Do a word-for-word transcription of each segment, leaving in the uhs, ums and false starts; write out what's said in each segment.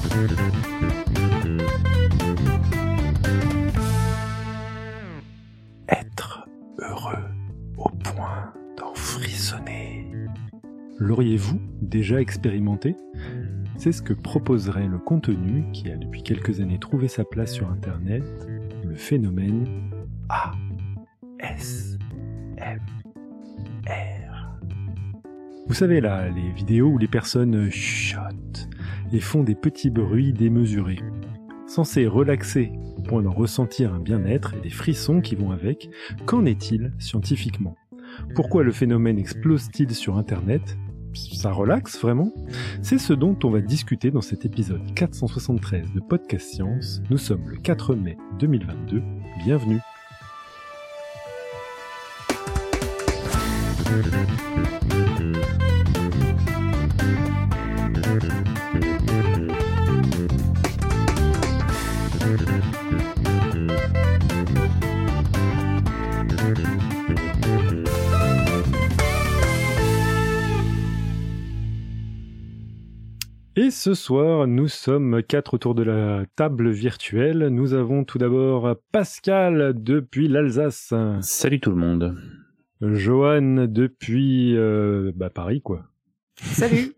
Être heureux au point d'en frissonner. L'auriez-vous déjà expérimenté ? C'est ce que proposerait le contenu qui a depuis quelques années trouvé sa place sur Internet, le phénomène A S M R. Vous savez là, les vidéos où les personnes chuchotent et font des petits bruits démesurés, censés relaxer au point d'en ressentir un bien-être et des frissons qui vont avec. Qu'en est-il scientifiquement ? Pourquoi le phénomène explose-t-il sur Internet ? Ça relaxe vraiment ? C'est ce dont on va discuter dans cet épisode quatre cent soixante-treize de Podcast Science. Nous sommes le quatre mai deux mille vingt-deux. Bienvenue. Et ce soir, nous sommes quatre autour de la table virtuelle. Nous avons tout d'abord Pascal depuis l'Alsace. Salut tout le monde. Johan depuis euh, bah Paris, quoi. Salut.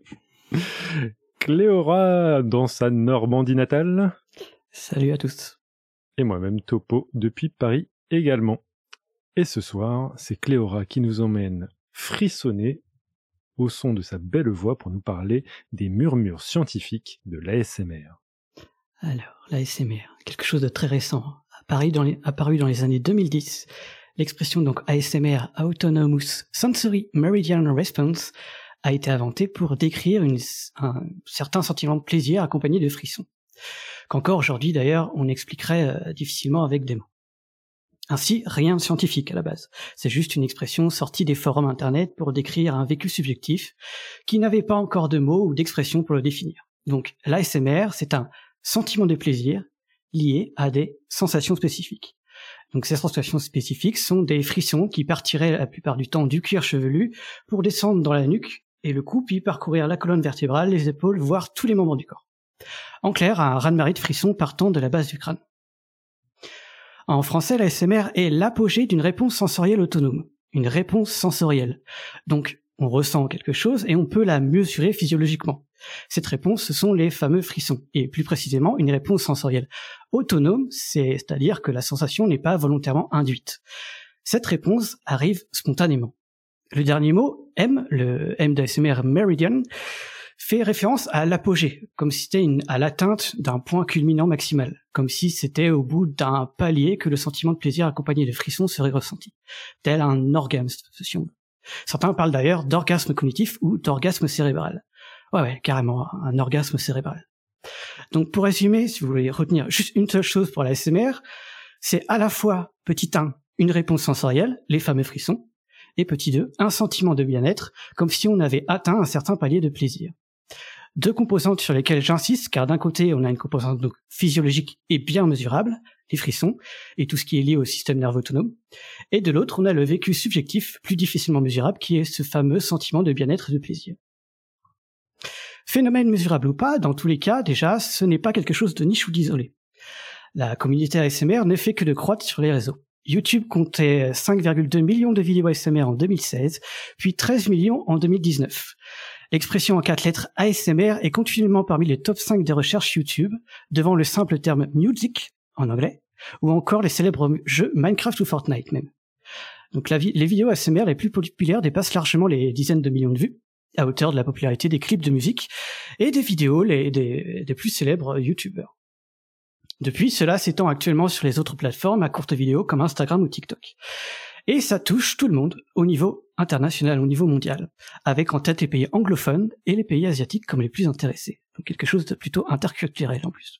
Cléora dans sa Normandie natale. Salut à tous. Et moi-même Topo depuis Paris également. Et ce soir, c'est Cléora qui nous emmène frissonner au son de sa belle voix pour nous parler des murmures scientifiques de l'A S M R. Alors, l'A S M R, quelque chose de très récent, apparu dans les, apparu dans les années deux mille dix. L'expression donc A S M R, Autonomous Sensory Meridian Response, a été inventée pour décrire une, un certain sentiment de plaisir accompagné de frissons, qu'encore aujourd'hui d'ailleurs on expliquerait euh, difficilement avec des mots. Ainsi, rien de scientifique à la base. C'est juste une expression sortie des forums internet pour décrire un vécu subjectif qui n'avait pas encore de mots ou d'expression pour le définir. Donc, l'A S M R, c'est un sentiment de plaisir lié à des sensations spécifiques. Donc, ces sensations spécifiques sont des frissons qui partiraient la plupart du temps du cuir chevelu pour descendre dans la nuque et le cou, puis parcourir la colonne vertébrale, les épaules, voire tous les membres du corps. En clair, un raz-de-marée de frissons partant de la base du crâne. En français, l'A S M R est l'apogée d'une réponse sensorielle autonome, une réponse sensorielle. Donc, on ressent quelque chose et on peut la mesurer physiologiquement. Cette réponse, ce sont les fameux frissons, et plus précisément, une réponse sensorielle autonome, c'est-à-dire que la sensation n'est pas volontairement induite. Cette réponse arrive spontanément. Le dernier mot, M, le M d'A S M R Meridian, fait référence à l'apogée, comme si c'était une, à l'atteinte d'un point culminant maximal, comme si c'était au bout d'un palier que le sentiment de plaisir accompagné de frissons serait ressenti, tel un orgasme, si on veut. Certains parlent d'ailleurs d'orgasme cognitif ou d'orgasme cérébral. Ouais, ouais, carrément, un orgasme cérébral. Donc pour résumer, si vous voulez retenir juste une seule chose pour l'A S M R, c'est à la fois, petit un, une réponse sensorielle, les fameux frissons, et petit deux, un sentiment de bien-être, comme si on avait atteint un certain palier de plaisir. Deux composantes sur lesquelles j'insiste, car d'un côté, on a une composante donc physiologique et bien mesurable, les frissons, et tout ce qui est lié au système nerveux autonome, et de l'autre, on a le vécu subjectif, plus difficilement mesurable, qui est ce fameux sentiment de bien-être et de plaisir. Phénomène mesurable ou pas, dans tous les cas, déjà, ce n'est pas quelque chose de niche ou d'isolé. La communauté A S M R ne fait que de croître sur les réseaux. YouTube comptait cinq virgule deux millions de vidéos A S M R en deux mille seize, puis treize millions en deux mille dix-neuf. L'expression en quatre lettres A S M R est continuellement parmi les top cinq des recherches YouTube, devant le simple terme music, en anglais, ou encore les célèbres jeux Minecraft ou Fortnite même. Donc la vi- les vidéos A S M R les plus populaires dépassent largement les dizaines de millions de vues, à hauteur de la popularité des clips de musique, et des vidéos les, des, des plus célèbres YouTubeurs. Depuis, cela s'étend actuellement sur les autres plateformes à courte vidéo comme Instagram ou TikTok. Et ça touche tout le monde au niveau international, au niveau mondial, avec en tête les pays anglophones et les pays asiatiques comme les plus intéressés. Donc quelque chose de plutôt interculturel en plus.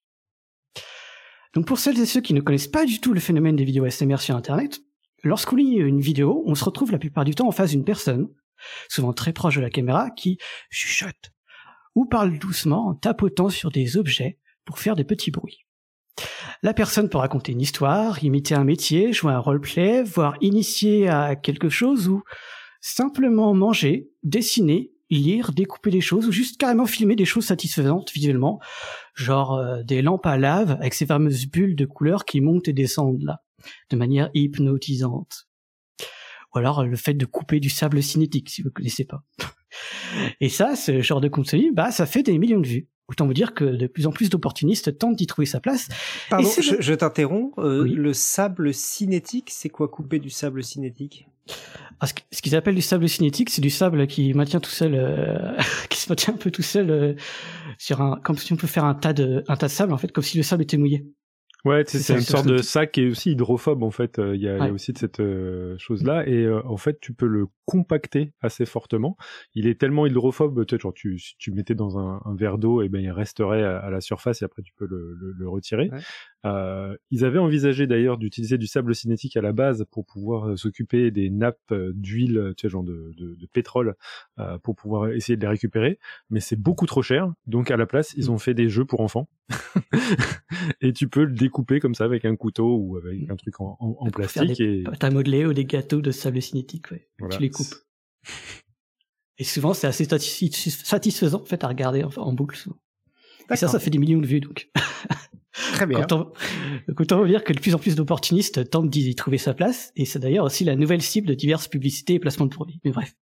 Donc pour celles et ceux qui ne connaissent pas du tout le phénomène des vidéos A S M R sur Internet, lorsqu'on lit une vidéo, on se retrouve la plupart du temps en face d'une personne, souvent très proche de la caméra, qui chuchote ou parle doucement en tapotant sur des objets pour faire des petits bruits. La personne peut raconter une histoire, imiter un métier, jouer un roleplay, voire initier à quelque chose ou simplement manger, dessiner, lire, découper des choses ou juste carrément filmer des choses satisfaisantes visuellement, genre euh, des lampes à lave avec ces fameuses bulles de couleurs qui montent et descendent là, de manière hypnotisante. Ou alors le fait de couper du sable cinétique, si vous ne connaissez pas. Et ça, ce genre de contenu, bah, ça fait des millions de vues. Autant vous dire que de plus en plus d'opportunistes tentent d'y trouver sa place. Pardon, et je, le... je t'interromps. Euh, oui. Le sable cinétique, c'est quoi couper du sable cinétique ? Ah, ce, ce qu'ils appellent du sable cinétique, c'est du sable qui maintient tout seul, euh, qui se maintient un peu tout seul euh, sur un, comme si on peut faire un tas de, un tas de sable en fait, comme si le sable était mouillé. Ouais, c'est, c'est, c'est une sorte de sac qui est aussi hydrophobe en fait. Il euh, y, a, ouais. y a aussi de cette euh, chose-là et euh, en fait tu peux le compacter assez fortement. Il est tellement hydrophobe, peut-être genre tu si tu mettais dans un, un verre d'eau et ben il resterait à, à la surface et après tu peux le, le, le retirer. Ouais. Euh, ils avaient envisagé d'ailleurs d'utiliser du sable cinétique à la base pour pouvoir euh, s'occuper des nappes euh, d'huile, tu sais genre de, de, de pétrole euh, pour pouvoir essayer de les récupérer, mais c'est beaucoup trop cher. Donc à la place ils ont fait des jeux pour enfants et tu peux le découper comme ça avec un couteau ou avec un truc en, en, en plastique. Des et pâtes à modeler ou des gâteaux de sable cinétique, ouais. Voilà. Tu les coupes. Et souvent, c'est assez satisfaisant en fait à regarder en, en boucle. Souvent. Et ça, ça fait des millions de vues donc. Très bien. Quand on, autant vous dire que de plus en plus d'opportunistes tentent d'y trouver sa place, et c'est d'ailleurs aussi la nouvelle cible de diverses publicités et placements de produits. Mais bref.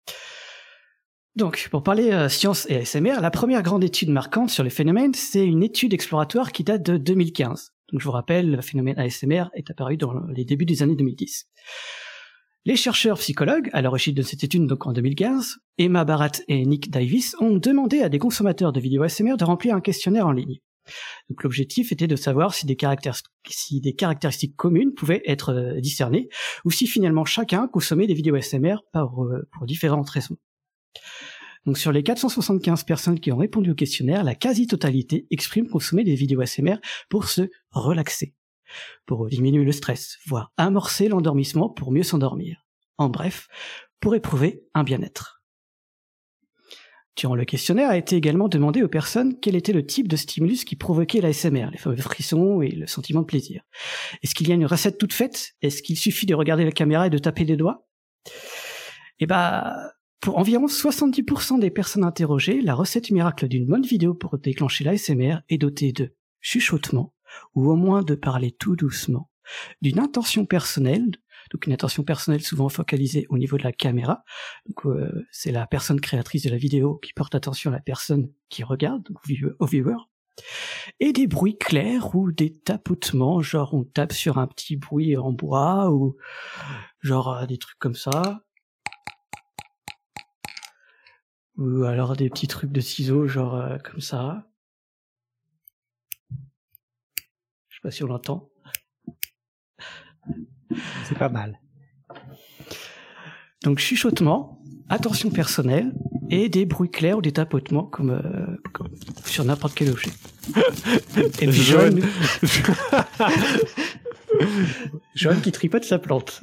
Donc, pour parler euh, science et A S M R, la première grande étude marquante sur le phénomène, c'est une étude exploratoire qui date de deux mille quinze. Donc, je vous rappelle, le phénomène A S M R est apparu dans les débuts des années deux mille dix. Les chercheurs psychologues, à l'origine de cette étude, donc en deux mille quinze, Emma Barratt et Nick Davis, ont demandé à des consommateurs de vidéos A S M R de remplir un questionnaire en ligne. Donc, l'objectif était de savoir si des, caractéristiques, si des caractéristiques communes pouvaient être euh, discernées, ou si finalement chacun consommait des vidéos A S M R pour, euh, pour différentes raisons. Donc sur les quatre cent soixante-quinze personnes qui ont répondu au questionnaire, la quasi-totalité exprime consommer des vidéos A S M R pour se relaxer, pour diminuer le stress, voire amorcer l'endormissement pour mieux s'endormir. En bref, pour éprouver un bien-être. Durant le questionnaire a été également demandé aux personnes quel était le type de stimulus qui provoquait l'A S M R, les fameux frissons et le sentiment de plaisir. Est-ce qu'il y a une recette toute faite ? Est-ce qu'il suffit de regarder la caméra et de taper des doigts ? Eh ben... Pour environ soixante-dix pour cent des personnes interrogées, la recette miracle d'une bonne vidéo pour déclencher l'A S M R est dotée de chuchotement, ou au moins de parler tout doucement, d'une intention personnelle, donc une intention personnelle souvent focalisée au niveau de la caméra, donc euh, c'est la personne créatrice de la vidéo qui porte attention à la personne qui regarde, donc au viewer, et des bruits clairs ou des tapotements, genre on tape sur un petit bruit en bois, ou genre des trucs comme ça, ou alors des petits trucs de ciseaux, genre euh, comme ça. Je sais pas si on l'entend. C'est pas mal. Donc chuchotement, attention personnelle, et des bruits clairs ou des tapotements comme, euh, comme sur n'importe quel objet. Et puis John... John qui tripote sa plante.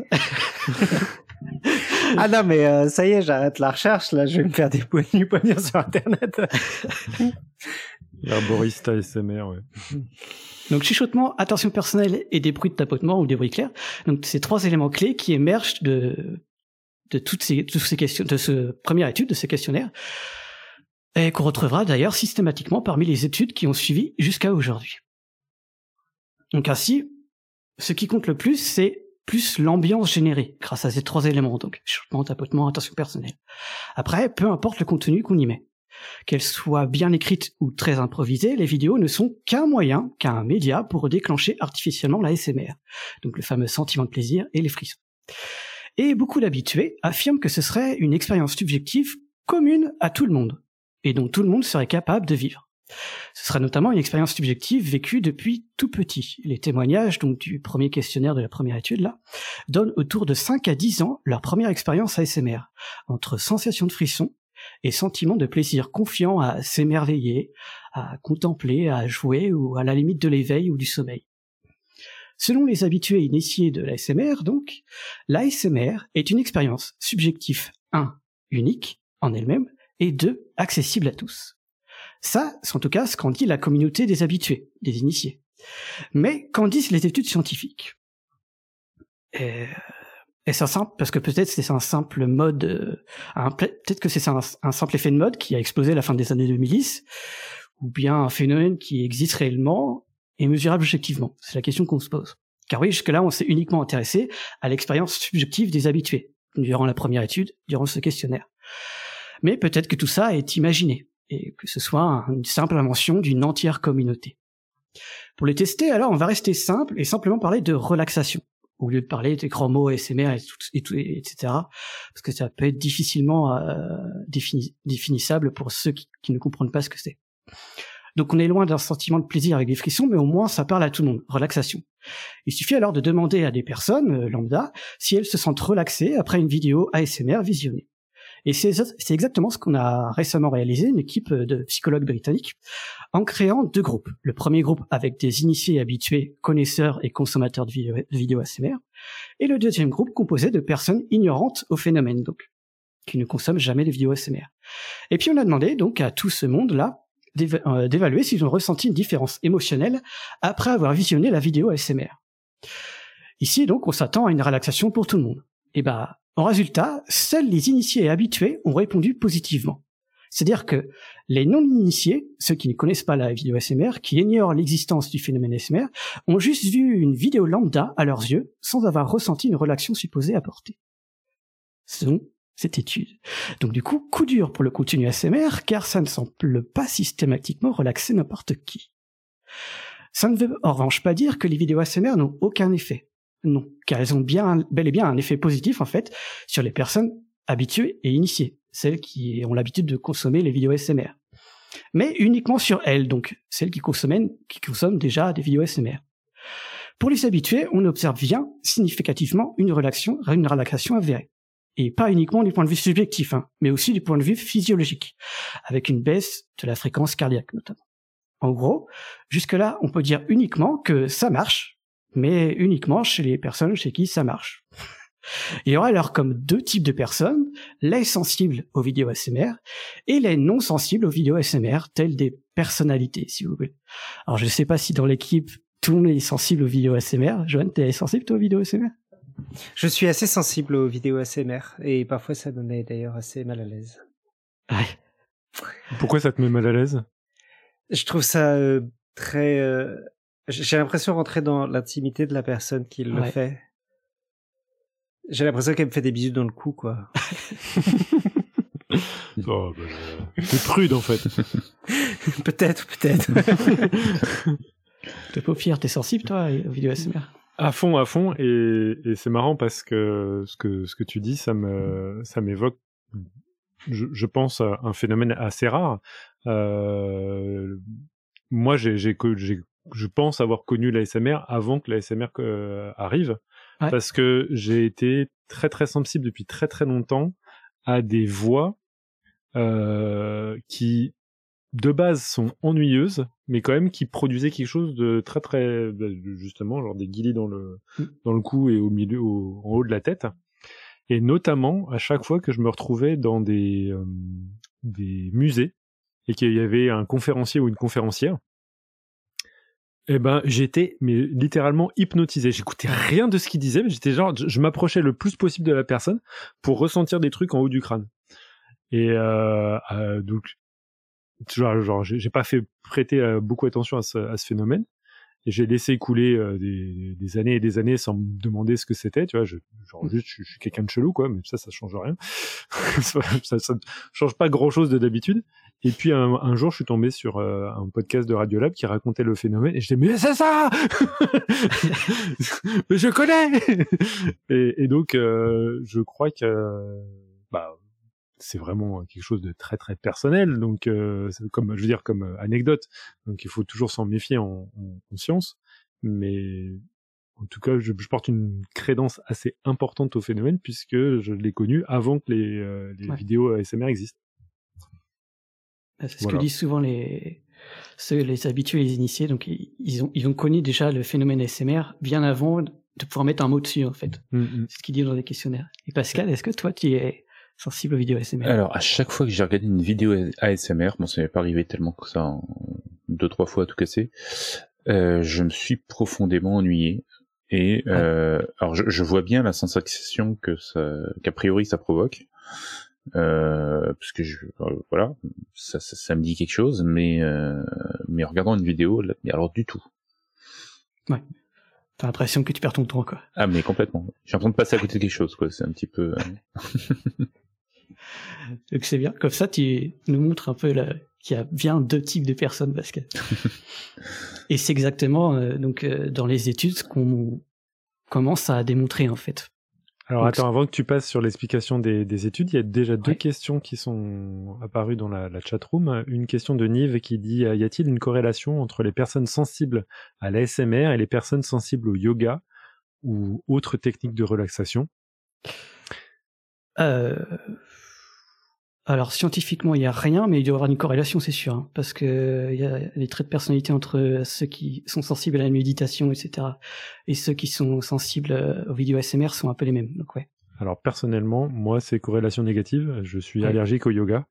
Ah non, mais euh, ça y est, j'arrête la recherche, là, je vais me faire des poignées poignets sur Internet. L'herboriste A S M R, ouais. Donc chuchotement, attention personnelle et des bruits de tapotement ou des bruits clairs. Donc ces trois éléments clés qui émergent de de toutes ces, de toutes ces questions, de ce première étude, de ces questionnaires, et qu'on retrouvera d'ailleurs systématiquement parmi les études qui ont suivi jusqu'à aujourd'hui. Donc ainsi, ce qui compte le plus, c'est plus l'ambiance générée grâce à ces trois éléments, donc chuchotement, tapotement, attention personnelle. Après, peu importe le contenu qu'on y met. Qu'elles soient bien écrites ou très improvisées, les vidéos ne sont qu'un moyen, qu'un média pour déclencher artificiellement l'A S M R, donc le fameux sentiment de plaisir et les frissons. Et beaucoup d'habitués affirment que ce serait une expérience subjective commune à tout le monde, et dont tout le monde serait capable de vivre. Ce sera notamment une expérience subjective vécue depuis tout petit. Les témoignages donc du premier questionnaire de la première étude là donnent autour de cinq à dix ans leur première expérience A S M R, entre sensation de frisson et sentiment de plaisir confiant à s'émerveiller, à contempler, à jouer ou à la limite de l'éveil ou du sommeil. Selon les habitués initiés de l'A S M R donc, l'A S M R est une expérience subjective un unique en elle-même et deux accessible à tous. Ça, c'est en tout cas ce qu'en dit la communauté des habitués, des initiés. Mais qu'en disent les études scientifiques ? euh, Est-ce un simple, parce que peut-être c'est un simple mode, euh, un, peut-être que c'est un, un simple effet de mode qui a explosé à la fin des années deux mille dix, ou bien un phénomène qui existe réellement et mesurable objectivement. C'est la question qu'on se pose. Car oui, jusque-là, on s'est uniquement intéressé à l'expérience subjective des habitués, durant la première étude, durant ce questionnaire. Mais peut-être que tout ça est imaginé, et que ce soit une simple invention d'une entière communauté. Pour les tester, alors, on va rester simple et simplement parler de relaxation, au lieu de parler des grands mots A S M R et, tout, et, tout, et etc., parce que ça peut être difficilement euh, défini, définissable pour ceux qui, qui ne comprennent pas ce que c'est. Donc on est loin d'un sentiment de plaisir avec des frissons, mais au moins ça parle à tout le monde, relaxation. Il suffit alors de demander à des personnes, euh, lambda, si elles se sentent relaxées après une vidéo A S M R visionnée. Et c'est, c'est exactement ce qu'on a récemment réalisé, une équipe de psychologues britanniques, en créant deux groupes. Le premier groupe avec des initiés habitués, connaisseurs et consommateurs de vidéos de vidéo A S M R, et le deuxième groupe composé de personnes ignorantes au phénomène, donc, qui ne consomment jamais de vidéos A S M R. Et puis on a demandé donc à tout ce monde-là d'éva- euh, d'évaluer s'ils ont ressenti une différence émotionnelle après avoir visionné la vidéo A S M R. Ici donc on s'attend à une relaxation pour tout le monde. Et bah, en résultat, seuls les initiés et habitués ont répondu positivement. C'est-à-dire que les non-initiés, ceux qui ne connaissent pas la vidéo A S M R, qui ignorent l'existence du phénomène A S M R, ont juste vu une vidéo lambda à leurs yeux, sans avoir ressenti une relaxation supposée apportée. Selon cette étude. Donc du coup, coup dur pour le contenu A S M R, car ça ne semble pas systématiquement relaxer n'importe qui. Ça ne veut en revanche pas dire que les vidéos A S M R n'ont aucun effet. Non, car elles ont bien, bel et bien un effet positif, en fait, sur les personnes habituées et initiées, celles qui ont l'habitude de consommer les vidéos A S M R. Mais uniquement sur elles, donc, celles qui consomment, qui consomment déjà des vidéos A S M R. Pour les habitués, on observe bien, significativement, une relaxation, une relaxation avérée. Et pas uniquement du point de vue subjectif, hein, mais aussi du point de vue physiologique, avec une baisse de la fréquence cardiaque, notamment. En gros, jusque-là, on peut dire uniquement que ça marche, mais uniquement chez les personnes chez qui ça marche. Il y aura alors comme deux types de personnes, les sensibles aux vidéos A S M R et les non sensibles aux vidéos A S M R, telles des personnalités, si vous voulez. Alors je ne sais pas si dans l'équipe, tout le monde est sensible aux vidéos A S M R. Johan, t'es sensible toi aux vidéos A S M R ? Je suis assez sensible aux vidéos A S M R, et parfois ça me met d'ailleurs assez mal à l'aise. Ouais. Pourquoi ça te met mal à l'aise ? Je trouve ça euh, très... Euh... J'ai l'impression de rentrer dans l'intimité de la personne qui le Ouais. fait. J'ai l'impression qu'elle me fait des bisous dans le cou, quoi. Oh, bah, t'es prude, en fait. Peut-être, peut-être. T'es pas fier, t'es sensible toi aux vidéos A S M R ? À fond, à fond, et, et c'est marrant parce que ce que ce que tu dis, ça me ça m'évoque, je, je pense, à un phénomène assez rare. Euh, moi, j'ai, j'ai, j'ai, je pense avoir connu l'A S M R avant que l'A S M R euh, arrive, Ouais. parce que j'ai été très très sensible depuis très très longtemps à des voix euh, qui de base sont ennuyeuses, mais quand même qui produisaient quelque chose de très très, justement, genre des guillis dans le mm. dans le cou et au milieu, au, en haut de la tête, et notamment à chaque fois que je me retrouvais dans des euh, des musées et qu'il y avait un conférencier ou une conférencière, eh ben j'étais mais littéralement hypnotisé. J'écoutais rien de ce qu'il disait, mais j'étais genre, je, je m'approchais le plus possible de la personne pour ressentir des trucs en haut du crâne. Et euh, euh, donc genre, genre j'ai, j'ai pas fait prêter euh, beaucoup attention à ce, à ce phénomène, et j'ai laissé couler euh, des, des années et des années sans me demander ce que c'était, tu vois. Je, genre juste, je, je suis quelqu'un de chelou, quoi, mais ça, ça change rien. ça, ça, ça change pas grand chose de d'habitude. Et puis un, un jour, je suis tombé sur euh, un podcast de Radiolab qui racontait le phénomène, et je disais mais c'est ça, mais je connais. et, et donc, euh, je crois que bah c'est vraiment quelque chose de très très personnel, donc euh, c'est comme je veux dire comme euh, anecdote, donc il faut toujours s'en méfier en, en conscience, mais en tout cas je, je porte une crédence assez importante au phénomène puisque je l'ai connu avant que les, euh, les ouais. vidéos A S M R existent. C'est ce Voilà. que disent souvent les ceux, les habitués et les initiés, donc ils, ils ont ils ont connu déjà le phénomène A S M R bien avant de pouvoir mettre un mot dessus en fait. Mm-hmm. C'est ce qu'ils disent dans les questionnaires. Et Pascal, est-ce que toi tu es sensible aux vidéos A S M R? Alors, à chaque fois que j'ai regardé une vidéo A S M R, bon, ça m'est pas arrivé tellement que ça, en deux, trois fois à tout casser, euh, je me suis profondément ennuyé. Et euh, alors je, je vois bien la sensation que ça, qu'a priori ça provoque, euh, parce que je, euh, voilà, ça, ça, ça me dit quelque chose, mais euh, mais en regardant une vidéo, là, mais alors du tout. Ouais. T'as l'impression que tu perds ton temps, quoi. Ah mais complètement. J'ai l'impression de passer à côté de quelque chose, quoi. C'est un petit peu. Euh... Donc c'est bien. Comme ça, tu nous montres un peu la... qu'il y a bien deux types de personnes, parce que. Et c'est exactement euh, donc euh, dans les études ce qu'on commence à démontrer en fait. Alors donc, attends, avant que tu passes sur l'explication des, des études, il y a déjà deux ouais. questions qui sont apparues dans la, la chatroom. Une question de Nive qui dit « Y a-t-il une corrélation entre les personnes sensibles à l'A S M R et les personnes sensibles au yoga ou autres techniques de relaxation ?» euh... Alors scientifiquement il n'y a rien, mais il doit y avoir une corrélation, c'est sûr, hein, parce que il y a des traits de personnalité entre ceux qui sont sensibles à la méditation, et cetera, et ceux qui sont sensibles aux vidéos A S M R sont un peu les mêmes. Donc ouais. Alors personnellement, moi c'est corrélation négative. Je suis ouais. allergique au yoga.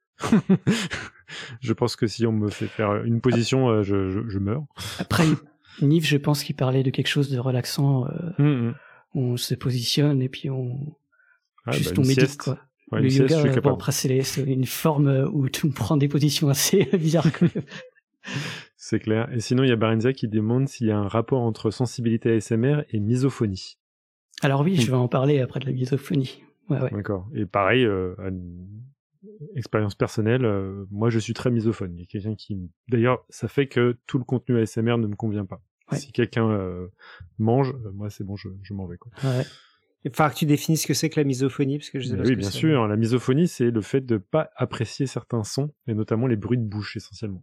Je pense que si on me fait faire une position, je, je, je meurs. Après, Nive, je pense qu'il parlait de quelque chose de relaxant. Euh, mm-hmm. On se positionne et puis on ah, juste bah, on médite sieste. quoi. Ouais, le sieste, yoga, je suis capable. Bon, après c'est, c'est une forme où tu prends des positions assez bizarres. C'est clair. Et sinon, il y a Barenza qui demande s'il y a un rapport entre sensibilité A S M R et misophonie. Alors oui, je vais en parler après de la misophonie. Ouais, ouais. D'accord. Et pareil, euh, expérience personnelle, euh, moi je suis très misophone. Il y a quelqu'un qui... D'ailleurs, ça fait que tout le contenu A S M R ne me convient pas. Ouais. Si quelqu'un euh, mange, euh, moi c'est bon, je, je m'en vais. Quoi. Ouais. Il va falloir que tu définisses ce que c'est que la misophonie, parce que je sais pas oui, ce que bien c'est. sûr. La misophonie, c'est le fait de pas apprécier certains sons, et notamment les bruits de bouche essentiellement.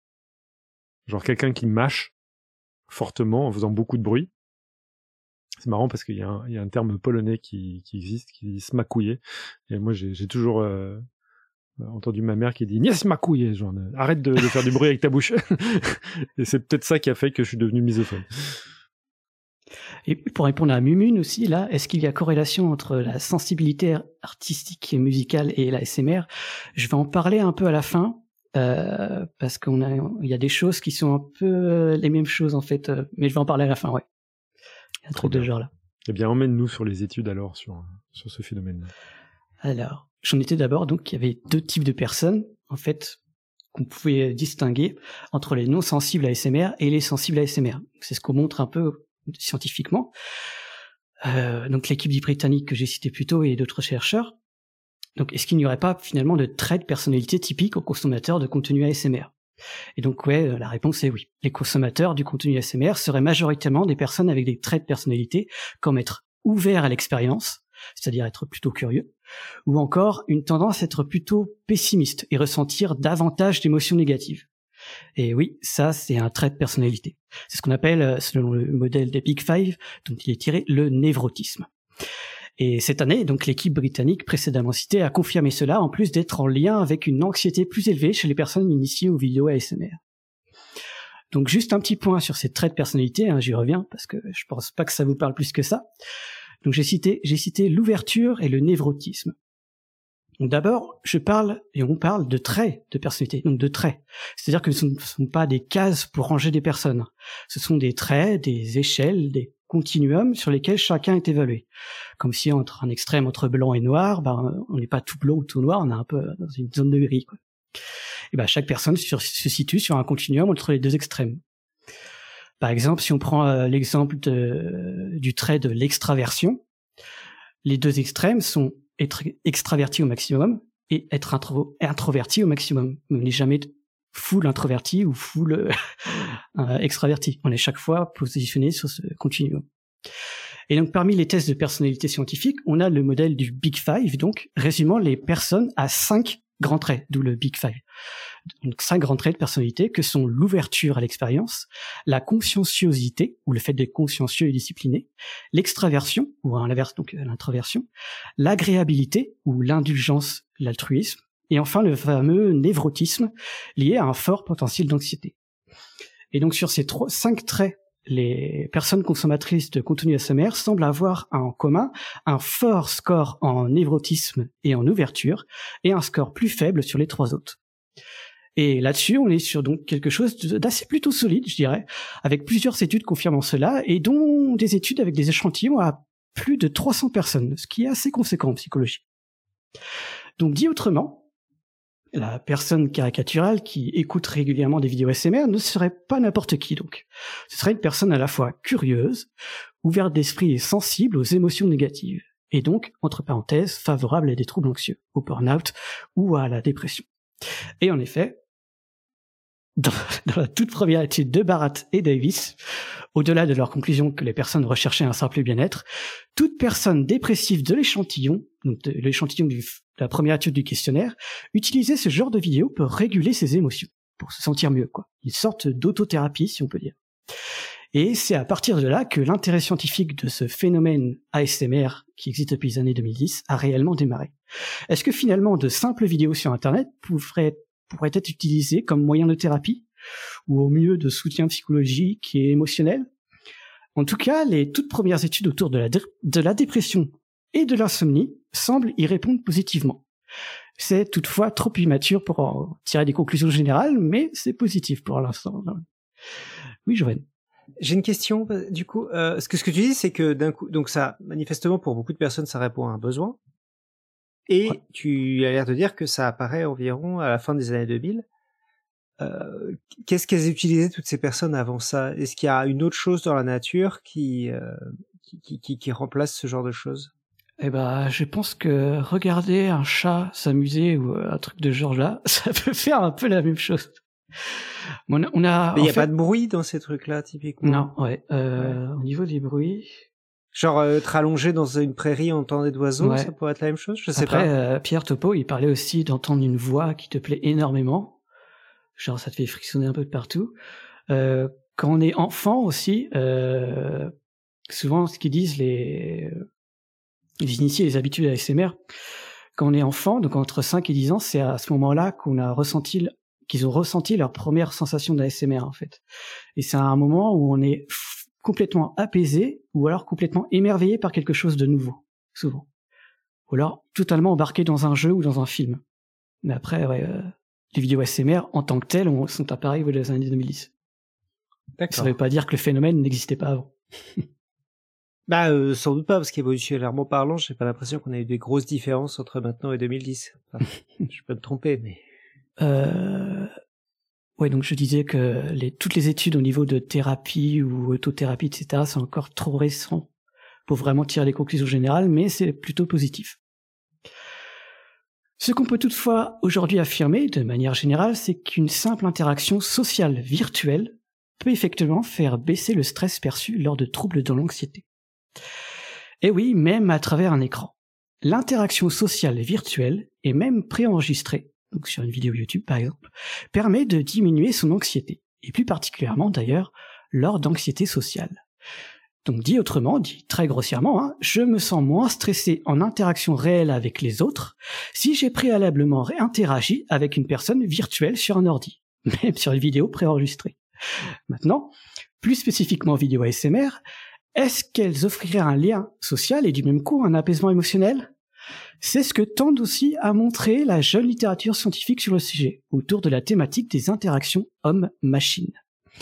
Genre quelqu'un qui mâche fortement en faisant beaucoup de bruit. C'est marrant parce qu'il y a un, il y a un terme polonais qui, qui existe, qui dit smakouiller. Et moi, j'ai, j'ai toujours euh, entendu ma mère qui dit nie smakouiller, genre arrête de, de faire du bruit avec ta bouche. Et c'est peut-être ça qui a fait que je suis devenu misophone. Et pour répondre à Mumune aussi, là, est-ce qu'il y a corrélation entre la sensibilité artistique et musicale et la A S M R ? Je vais en parler un peu à la fin, euh, parce qu'on a, il y a des choses qui sont un peu les mêmes choses en fait, euh, mais je vais en parler à la fin, ouais. Il y a un truc de genre là. Eh bien, emmène-nous sur les études alors, sur, sur ce phénomène. Alors, j'en étais d'abord, donc il y avait deux types de personnes, en fait, qu'on pouvait distinguer entre les non sensibles à A S M R et les sensibles à A S M R. C'est ce qu'on montre un peu scientifiquement. Euh, donc l'équipe britannique que j'ai citée plus tôt et d'autres chercheurs. Donc est-ce qu'il n'y aurait pas finalement de traits de personnalité typiques aux consommateurs de contenu A S M R ? Et donc ouais, la réponse est oui. Les consommateurs du contenu A S M R seraient majoritairement des personnes avec des traits de personnalité comme être ouverts à l'expérience, c'est-à-dire être plutôt curieux, ou encore une tendance à être plutôt pessimiste et ressentir davantage d'émotions négatives. Et oui, ça, c'est un trait de personnalité. C'est ce qu'on appelle, selon le modèle des Big Five, dont il est tiré, le névrotisme. Et cette année, donc, l'équipe britannique précédemment citée a confirmé cela, en plus d'être en lien avec une anxiété plus élevée chez les personnes initiées aux vidéos A S M R. Donc, juste un petit point sur ces traits de personnalité, hein, j'y reviens, parce que je pense pas que ça vous parle plus que ça. Donc, j'ai cité, j'ai cité l'ouverture et le névrotisme. Donc d'abord, je parle, et on parle de traits de personnalité, donc de traits. C'est-à-dire que ce ne sont pas des cases pour ranger des personnes. Ce sont des traits, des échelles, des continuums sur lesquels chacun est évalué. Comme si entre un extrême entre blanc et noir, ben, on n'est pas tout blanc ou tout noir, on est un peu dans une zone de gris, quoi. Et ben, chaque personne sur, se situe sur un continuum entre les deux extrêmes. Par exemple, si on prend euh, l'exemple de, du trait de l'extraversion, les deux extrêmes sont être extraverti au maximum et être intro- introverti au maximum. On n'est jamais full introverti ou full euh, extraverti. On est chaque fois positionné sur ce continuum. Et donc, parmi les tests de personnalité scientifique, on a le modèle du Big Five, donc résumant les personnes à cinq grands traits, d'où le Big Five. Donc, cinq grands traits de personnalité que sont l'ouverture à l'expérience, la conscienciosité, ou le fait d'être consciencieux et discipliné, l'extraversion, ou à l'inverse, donc l'introversion, l'agréabilité, ou l'indulgence, l'altruisme, et enfin le fameux névrotisme, lié à un fort potentiel d'anxiété. Et donc, sur ces trois, cinq traits, les personnes consommatrices de contenu A S M R semblent avoir en commun un fort score en névrotisme et en ouverture, et un score plus faible sur les trois autres. Et là-dessus, on est sur donc quelque chose d'assez plutôt solide, je dirais, avec plusieurs études confirmant cela, et dont des études avec des échantillons à plus de trois cents personnes, ce qui est assez conséquent en psychologie. Donc dit autrement, la personne caricaturale qui écoute régulièrement des vidéos A S M R ne serait pas n'importe qui donc. Ce serait une personne à la fois curieuse, ouverte d'esprit et sensible aux émotions négatives, et donc, entre parenthèses, favorable à des troubles anxieux, au burn-out ou à la dépression. Et en effet, dans, dans la toute première étude de Barat et Davis, au-delà de leur conclusion que les personnes recherchaient un simple bien-être, toute personne dépressive de l'échantillon, donc de l'échantillon du, de la première étude du questionnaire, utilisait ce genre de vidéo pour réguler ses émotions, pour se sentir mieux, quoi. Une sorte d'autothérapie, si on peut dire. Et c'est à partir de là que l'intérêt scientifique de ce phénomène A S M R, qui existe depuis les années deux mille dix, a réellement démarré. Est-ce que finalement de simples vidéos sur Internet pourraient, pourraient être utilisées comme moyen de thérapie, ou au mieux de soutien psychologique et émotionnel? En tout cas, les toutes premières études autour de la, dé- de la dépression et de l'insomnie semblent y répondre positivement. C'est toutefois trop immature pour en tirer des conclusions générales, mais c'est positif pour l'instant. Oui, Joanne. J'ai une question, du coup. Euh, ce que ce que tu dis, c'est que d'un coup, donc ça, manifestement, pour beaucoup de personnes, ça répond à un besoin. Et ouais. Tu as l'air de dire que ça apparaît environ à la fin des années deux mille. Euh, qu'est-ce qu'elles utilisaient toutes ces personnes avant ça? Est-ce qu'il y a une autre chose dans la nature qui, euh, qui, qui, qui, qui remplace ce genre de choses? Eh ben, je pense que regarder un chat s'amuser ou un truc de genre là, ça peut faire un peu la même chose. On a, on a, mais il n'y a fait... pas de bruit dans ces trucs-là, typiquement. Non, ouais. Euh, ouais. Au niveau des bruits... Genre, euh, être allongé dans une prairie, entendre des oiseaux, ouais. Ça pourrait être la même chose, je sais Après, pas. Euh, Pierre Topo, il parlait aussi d'entendre une voix qui te plaît énormément. Genre, ça te fait frissonner un peu de partout. Euh, quand on est enfant aussi, euh, souvent, ce qu'ils disent les, les initiés, les habitués à A S M R, quand on est enfant, donc entre cinq et dix ans, c'est à ce moment-là qu'on a ressenti qu'ils ont ressenti leur première sensation d'A S M R, en fait. Et c'est un moment où on est f- complètement apaisé, ou alors complètement émerveillé par quelque chose de nouveau, souvent. Ou alors totalement embarqué dans un jeu ou dans un film. Mais après, ouais, euh, les vidéos A S M R, en tant que telles, on, sont apparues dans les années deux mille dix. D'accord. Ça ne veut pas dire que le phénomène n'existait pas avant. Bah, euh, sans doute pas, parce qu'évolutionnairement parlant, j'ai pas l'impression qu'on a eu des grosses différences entre maintenant et deux mille dix. Enfin, je peux me tromper, mais... Euh... Ouais, donc je disais que les, toutes les études au niveau de thérapie ou autothérapie, et cetera, c'est encore trop récent pour vraiment tirer des conclusions générales, mais c'est plutôt positif. Ce qu'on peut toutefois aujourd'hui affirmer, de manière générale, c'est qu'une simple interaction sociale virtuelle peut effectivement faire baisser le stress perçu lors de troubles de l'anxiété. Et oui, même à travers un écran. L'interaction sociale virtuelle, et même préenregistrée, donc sur une vidéo YouTube par exemple, permet de diminuer son anxiété, et plus particulièrement d'ailleurs lors d'anxiété sociale. Donc dit autrement, dit très grossièrement, hein, je me sens moins stressé en interaction réelle avec les autres si j'ai préalablement interagi avec une personne virtuelle sur un ordi, même sur une vidéo préenregistrée. Maintenant, plus spécifiquement vidéo A S M R, est-ce qu'elles offriraient un lien social et du même coup un apaisement émotionnel ? C'est ce que tend aussi à montrer la jeune littérature scientifique sur le sujet, autour de la thématique des interactions homme-machine.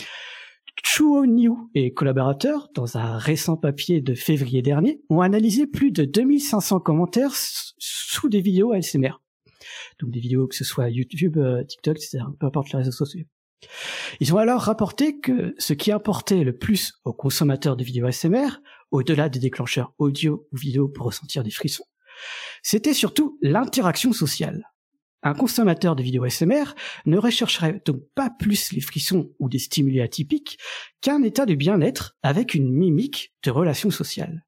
Chuo Niu et collaborateurs, dans un récent papier de février dernier, ont analysé plus de deux mille cinq cents commentaires sous des vidéos A S M R. Donc des vidéos que ce soit YouTube, euh, TikTok, et cetera, peu importe les réseaux sociaux. Ils ont alors rapporté que ce qui importait le plus aux consommateurs de vidéos A S M R, au-delà des déclencheurs audio ou vidéo pour ressentir des frissons, c'était surtout l'interaction sociale. Un consommateur de vidéos A S M R ne rechercherait donc pas plus les frissons ou des stimuli atypiques qu'un état de bien-être avec une mimique de relation sociale.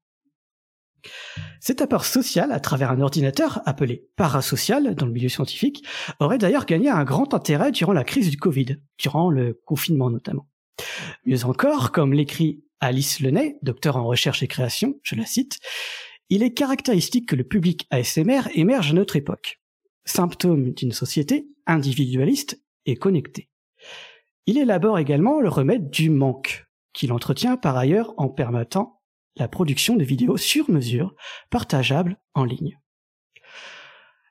Cet apport social à travers un ordinateur, appelé parasocial dans le milieu scientifique, aurait d'ailleurs gagné un grand intérêt durant la crise du Covid, durant le confinement notamment. Mieux encore, comme l'écrit Alice Lenay, docteur en recherche et création, je la cite, « Il est caractéristique que le public A S M R émerge à notre époque, symptôme d'une société individualiste et connectée. Il élabore également le remède du manque, qu'il entretient par ailleurs en permettant la production de vidéos sur mesure, partageables en ligne. »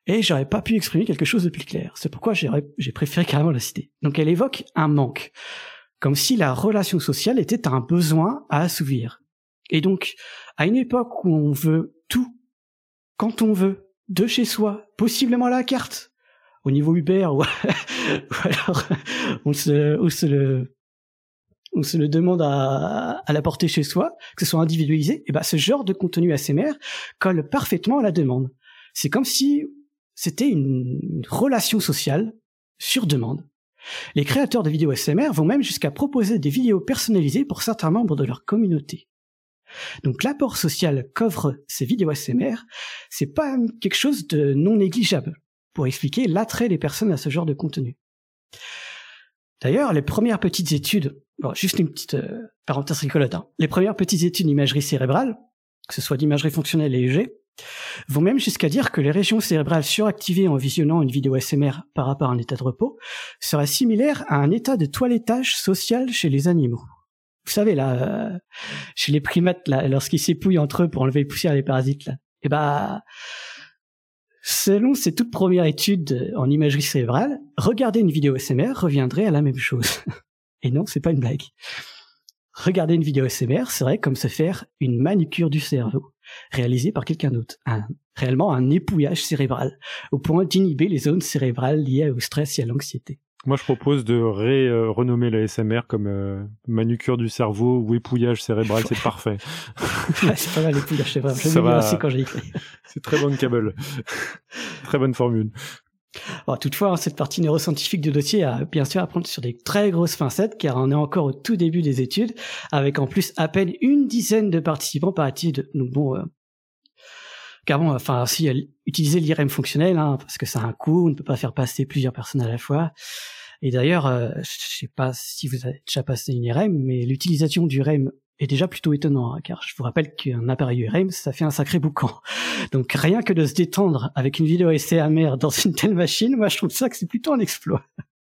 Et j'aurais pas pu exprimer quelque chose de plus clair. C'est pourquoi j'ai, j'ai préféré carrément la citer. Donc elle évoque un manque. Comme si la relation sociale était un besoin à assouvir. Et donc, à une époque où on veut tout, quand on veut, de chez soi, possiblement à la carte, au niveau Uber, ou, ou alors on se, on se le, on se le demande à, à l'apporter chez soi, que ce soit individualisé, et ben ce genre de contenu A S M R colle parfaitement à la demande. C'est comme si c'était une, une relation sociale sur demande. Les créateurs de vidéos A S M R vont même jusqu'à proposer des vidéos personnalisées pour certains membres de leur communauté. Donc l'apport social qu'offrent ces vidéos A S M R, c'est pas quelque chose de non négligeable pour expliquer l'attrait des personnes à ce genre de contenu. D'ailleurs, les premières petites études, bon, juste une petite euh, parenthèse rigolote, hein, les premières petites études d'imagerie cérébrale, que ce soit d'imagerie fonctionnelle et E E G, vont même jusqu'à dire que les régions cérébrales suractivées en visionnant une vidéo A S M R par rapport à un état de repos seraient similaires à un état de toilettage social chez les animaux. Vous savez, là, euh, chez les primates, là, lorsqu'ils s'épouillent entre eux pour enlever les poussières et les parasites, là, et bah, selon ces toutes premières études en imagerie cérébrale, regarder une vidéo A S M R reviendrait à la même chose. Et non, c'est pas une blague. Regarder une vidéo A S M R serait comme se faire une manucure du cerveau, réalisée par quelqu'un d'autre. Un, réellement un épouillage cérébral, au point d'inhiber les zones cérébrales liées au stress et à l'anxiété. Moi, je propose de ré, euh, renommer la A S M R comme euh, manucure du cerveau ou épouillage cérébral, c'est parfait. Ouais, c'est pas mal, l'épouillage cérébral. Je l'ai va... aussi quand j'ai écrit. C'est très bon câble. Très bonne formule. Alors, toutefois, cette partie neuroscientifique du dossier a bien sûr à prendre sur des très grosses pincettes, car on est encore au tout début des études, avec en plus à peine une dizaine de participants par étude. Donc bon, euh, car bon, enfin, si euh, utiliser l'I R E M fonctionnel, hein, parce que ça a un coût, on ne peut pas faire passer plusieurs personnes à la fois. Et d'ailleurs, euh, je sais pas si vous avez déjà passé une I R E M, mais l'utilisation du R E M est déjà plutôt étonnant, hein, car je vous rappelle qu'un appareil R E M, ça fait un sacré boucan. Donc rien que de se détendre avec une vidéo A S M R dans une telle machine, moi je trouve ça que c'est plutôt un exploit.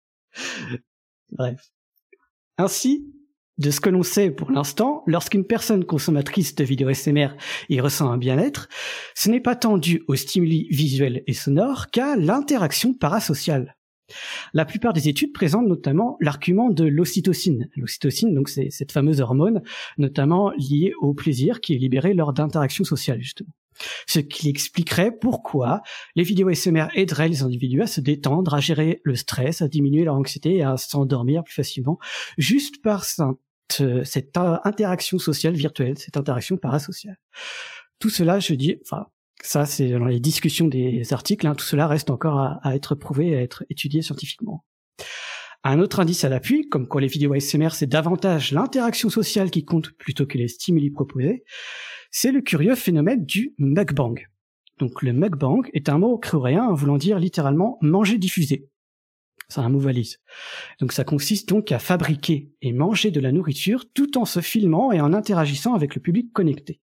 Bref. Ainsi, de ce que l'on sait pour l'instant, lorsqu'une personne consommatrice de vidéos A S M R y ressent un bien-être, ce n'est pas tant dû aux stimuli visuels et sonores qu'à l'interaction parasociale. La plupart des études présentent notamment l'argument de l'ocytocine. L'ocytocine, donc, c'est cette fameuse hormone, notamment liée au plaisir qui est libéré lors d'interactions sociales, justement. Ce qui expliquerait pourquoi les vidéos A S M R aideraient les individus à se détendre, à gérer le stress, à diminuer leur anxiété et à s'endormir plus facilement, juste par cette interaction sociale virtuelle, cette interaction parasociale. Tout cela, je dis, enfin, ça c'est dans les discussions des articles, hein, tout cela reste encore à, à être prouvé, à être étudié scientifiquement. Un autre indice à l'appui, comme quoi les vidéos A S M R c'est davantage l'interaction sociale qui compte plutôt que les stimuli proposés, c'est le curieux phénomène du mukbang. Donc le mukbang est un mot coréen voulant dire littéralement manger diffusé. C'est un mot valise. Donc ça consiste donc à fabriquer et manger de la nourriture tout en se filmant et en interagissant avec le public connecté.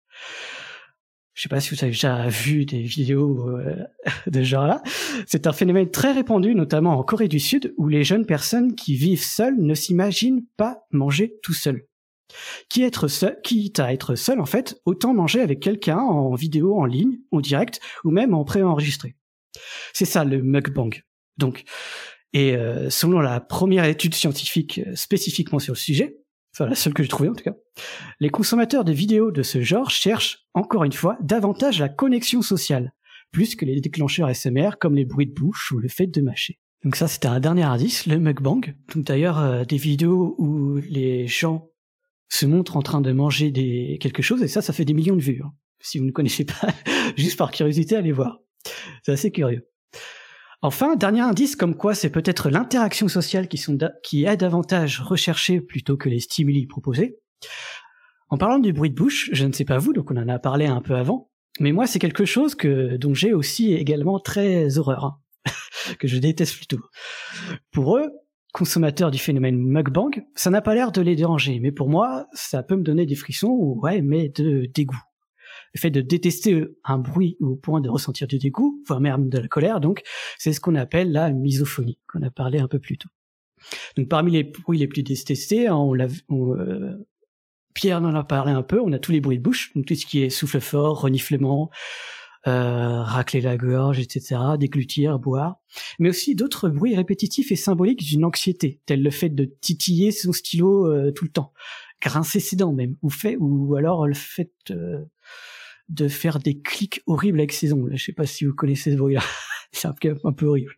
Je sais pas si vous avez déjà vu des vidéos euh, de ce genre-là. C'est un phénomène très répandu, notamment en Corée du Sud, où les jeunes personnes qui vivent seules ne s'imaginent pas manger tout seul. Qui être seul, quitte à être seul, en fait, autant manger avec quelqu'un en vidéo, en ligne, en direct, ou même en pré-enregistré. C'est ça le mukbang. Donc, et euh, selon la première étude scientifique spécifiquement sur le sujet, enfin la seule que j'ai trouvée en tout cas, les consommateurs de vidéos de ce genre cherchent, encore une fois, davantage la connexion sociale, plus que les déclencheurs A S M R comme les bruits de bouche ou le fait de mâcher. Donc ça, c'était un dernier indice, le mukbang. Donc d'ailleurs, euh, des vidéos où les gens se montrent en train de manger des quelque chose, et ça, ça fait des millions de vues. Hein. Si vous ne connaissez pas, juste par curiosité, allez voir. C'est assez curieux. Enfin, dernier indice comme quoi c'est peut-être l'interaction sociale qui, sont da- qui est davantage recherchée plutôt que les stimuli proposés. En parlant du bruit de bouche, je ne sais pas vous, donc on en a parlé un peu avant, mais moi c'est quelque chose que dont j'ai aussi également très horreur, hein, que je déteste plutôt. Pour eux, consommateurs du phénomène mukbang, ça n'a pas l'air de les déranger, mais pour moi, ça peut me donner des frissons ou ouais, mais de dégoût. Le fait de détester un bruit au point de ressentir du dégoût, voire même de la colère, donc, c'est ce qu'on appelle la misophonie, qu'on a parlé un peu plus tôt. Donc, parmi les bruits les plus détestés, hein, on l'a, on, euh, Pierre en a parlé un peu, on a tous les bruits de bouche, donc tout ce qui est souffle fort, reniflement, euh, racler la gorge, et cetera, déglutir, boire, mais aussi d'autres bruits répétitifs et symboliques d'une anxiété, tel le fait de titiller son stylo euh, tout le temps, grincer ses dents même, ou fait, ou alors le fait euh, de faire des clics horribles avec ses ongles. Je sais pas si vous connaissez ce bruit-là, c'est un peu, un peu horrible.